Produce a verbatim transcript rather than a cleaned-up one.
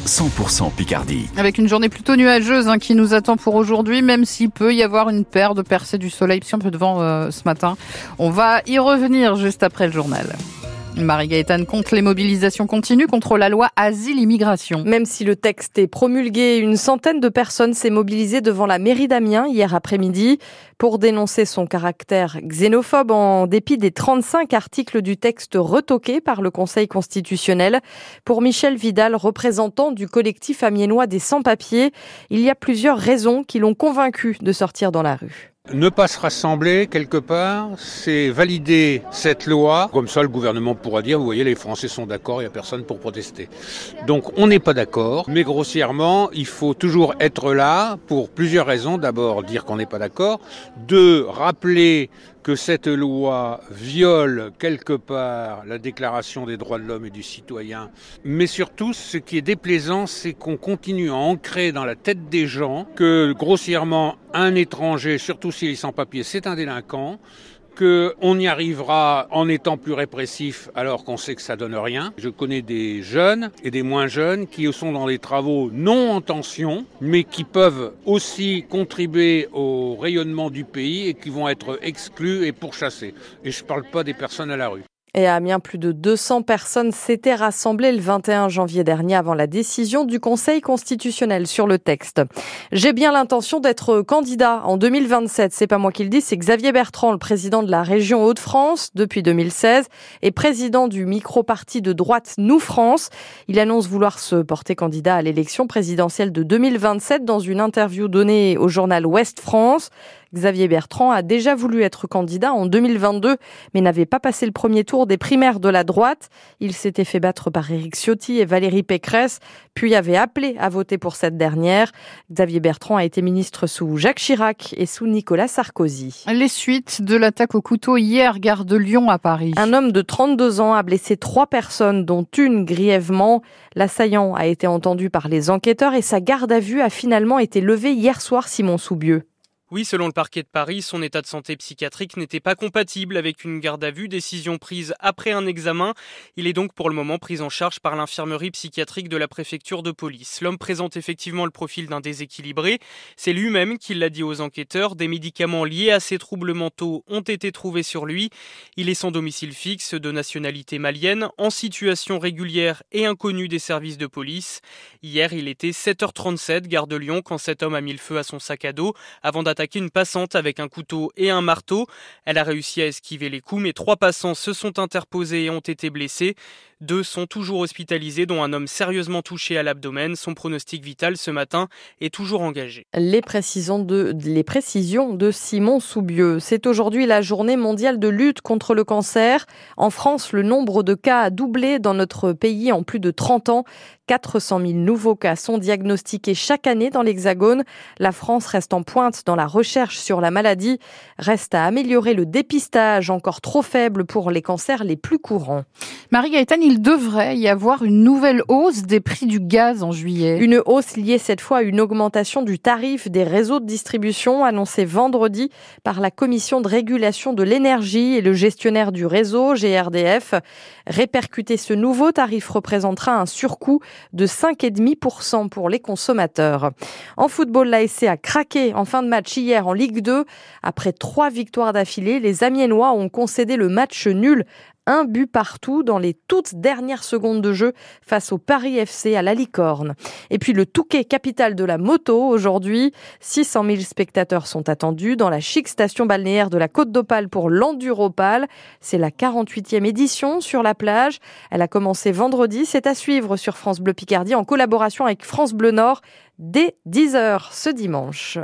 cent pour cent Picardie. Avec une journée plutôt nuageuse hein, qui nous attend pour aujourd'hui, même s'il peut y avoir une paire de percées du soleil, si un peu de vent euh, ce matin. On va y revenir juste après le journal. Marie-Gaëtane contre les mobilisations continues contre la loi Asile-Immigration. Même si le texte est promulgué, une centaine de personnes s'est mobilisée devant la mairie d'Amiens hier après-midi pour dénoncer son caractère xénophobe en dépit des trente-cinq articles du texte retoqués par le Conseil constitutionnel. Pour Michel Vidal, représentant du collectif amiénois des sans-papiers, il y a plusieurs raisons qui l'ont convaincu de sortir dans la rue. Ne pas se rassembler quelque part, c'est valider cette loi. Comme ça, le gouvernement pourra dire, vous voyez, les Français sont d'accord, il n'y a personne pour protester. Donc, on n'est pas d'accord, mais grossièrement, il faut toujours être là pour plusieurs raisons. D'abord, dire qu'on n'est pas d'accord. Deux, rappeler que cette loi viole quelque part la Déclaration des droits de l'homme et du citoyen. Mais surtout, ce qui est déplaisant, c'est qu'on continue à ancrer dans la tête des gens que, grossièrement, un étranger, surtout s'il est sans papier, c'est un délinquant, qu'on y arrivera en étant plus répressif alors qu'on sait que ça donne rien. Je connais des jeunes et des moins jeunes qui sont dans des travaux non en tension, mais qui peuvent aussi contribuer au rayonnement du pays et qui vont être exclus et pourchassés. Et je ne parle pas des personnes à la rue. Et à Amiens, plus de deux cents personnes s'étaient rassemblées le vingt et un janvier dernier avant la décision du Conseil constitutionnel sur le texte. J'ai bien l'intention d'être candidat en deux mille vingt-sept. C'est pas moi qui le dis, c'est Xavier Bertrand, le président de la région Hauts-de-France depuis deux mille seize et président du micro-parti de droite Nous France. Il annonce vouloir se porter candidat à l'élection présidentielle de deux mille vingt-sept dans une interview donnée au journal Ouest France. Xavier Bertrand a déjà voulu être candidat en deux mille vingt-deux, mais n'avait pas passé le premier tour des primaires de la droite. Il s'était fait battre par Éric Ciotti et Valérie Pécresse, puis avait appelé à voter pour cette dernière. Xavier Bertrand a été ministre sous Jacques Chirac et sous Nicolas Sarkozy. Les suites de l'attaque au couteau hier, gare de Lyon à Paris. Un homme de trente-deux ans a blessé trois personnes, dont une grièvement. L'assaillant a été entendu par les enquêteurs et sa garde à vue a finalement été levée hier soir, Simon Soubieux. Oui, selon le parquet de Paris, son état de santé psychiatrique n'était pas compatible avec une garde à vue, décision prise après un examen. Il est donc pour le moment pris en charge par l'infirmerie psychiatrique de la préfecture de police. L'homme présente effectivement le profil d'un déséquilibré. C'est lui-même qui l'a dit aux enquêteurs. Des médicaments liés à ses troubles mentaux ont été trouvés sur lui. Il est sans domicile fixe, de nationalité malienne, en situation régulière et inconnue des services de police. Hier, il était sept heures trente-sept, gare de Lyon, quand cet homme a mis le feu à son sac à dos avant d'attaquer attaqué une passante avec un couteau et un marteau. Elle a réussi à esquiver les coups, mais trois passants se sont interposés et ont été blessés. Deux sont toujours hospitalisés, dont un homme sérieusement touché à l'abdomen. Son pronostic vital ce matin est toujours engagé. Les précisions de, les précisions de Simon Soubieux. C'est aujourd'hui la journée mondiale de lutte contre le cancer. En France, le nombre de cas a doublé dans notre pays en plus de trente ans. quatre cent mille nouveaux cas sont diagnostiqués chaque année dans l'Hexagone. La France reste en pointe dans la recherche sur la maladie. Reste à améliorer le dépistage, encore trop faible pour les cancers les plus courants. Marie-Gaëtane, il devrait y avoir une nouvelle hausse des prix du gaz en juillet. Une hausse liée cette fois à une augmentation du tarif des réseaux de distribution annoncée vendredi par la Commission de régulation de l'énergie et le gestionnaire du réseau, G R D F. Répercuter ce nouveau tarif représentera un surcoût de cinq virgule cinq pour cent pour les consommateurs. En football, l'A S C a craqué en fin de match hier en Ligue deux. Après trois victoires d'affilée, les Amiénois ont concédé le match nul. Un but partout dans les toutes dernières secondes de jeu face au Paris F C à la Licorne. Et puis le Touquet, capitale de la moto aujourd'hui. six cent mille spectateurs sont attendus dans la chic station balnéaire de la Côte d'Opale pour l'Enduropale. C'est la quarante-huitième édition sur la plage. Elle a commencé vendredi. C'est à suivre sur France Bleu Picardie en collaboration avec France Bleu Nord dès dix heures ce dimanche.